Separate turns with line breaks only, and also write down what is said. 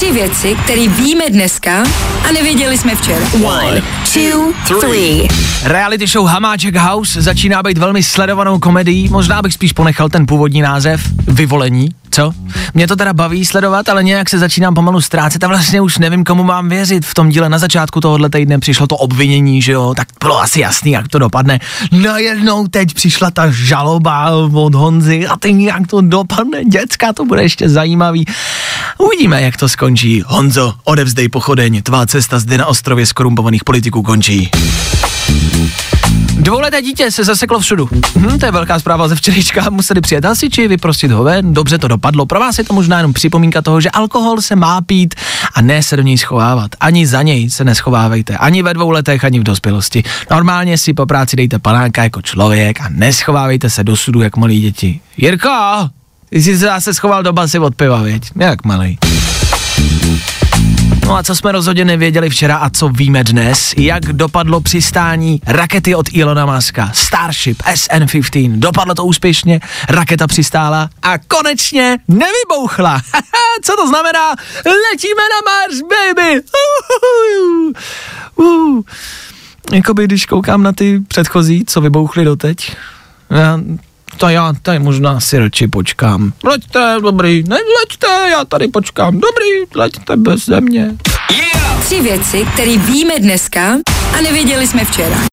3 věci, které víme dneska a nevěděli jsme včera. 1, 2, 3.
Reality show Hamáček House začíná být velmi sledovanou komedií, možná bych spíš ponechal ten původní název, Vyvolení, co? Mě to teda baví sledovat, ale nějak se začínám pomalu ztrácet a vlastně už nevím, komu mám věřit. V tom díle na začátku tohohle týdne přišlo to obvinění, že jo, tak bylo asi jasný, jak to dopadne. Najednou teď přišla ta žaloba od Honzy a teď jak to dopadne, děcka, to bude ještě zajímavý. Uvidíme, jak to skončí. Honzo, odevzdej pochodeň, tvá cesta zde na ostrově skorumpovaných politiků končí. 2leté dítě se zaseklo všudu. To je velká zpráva ze včerejška. Museli přijet hasiči, vyprostit ho ven, dobře to dopadlo. Pro vás je to možná jenom připomínka toho, že alkohol se má pít a ne se do něj schovávat. Ani za něj se neschovávejte, ani ve 2 letech, ani v dospělosti. Normálně si po práci dejte panáka jako člověk a neschovávejte se do sudu jak malí děti. Jirko, ty jsi se zase schoval do basy od piva, věď? Jak malej. No a co jsme rozhodně nevěděli včera a co víme dnes, jak dopadlo přistání rakety od Elona Muska, Starship SN-15. Dopadlo to úspěšně, raketa přistála a konečně nevybouchla. Co to znamená? Letíme na Mars, baby! Jakoby když koukám na ty předchozí, co vybouchly doteď, já tady možná si radši počkám. Leďte, dobrý, neleďte, já tady počkám, dobrý, leďte bez mě.
3 věci, které víme dneska a nevěděli jsme včera.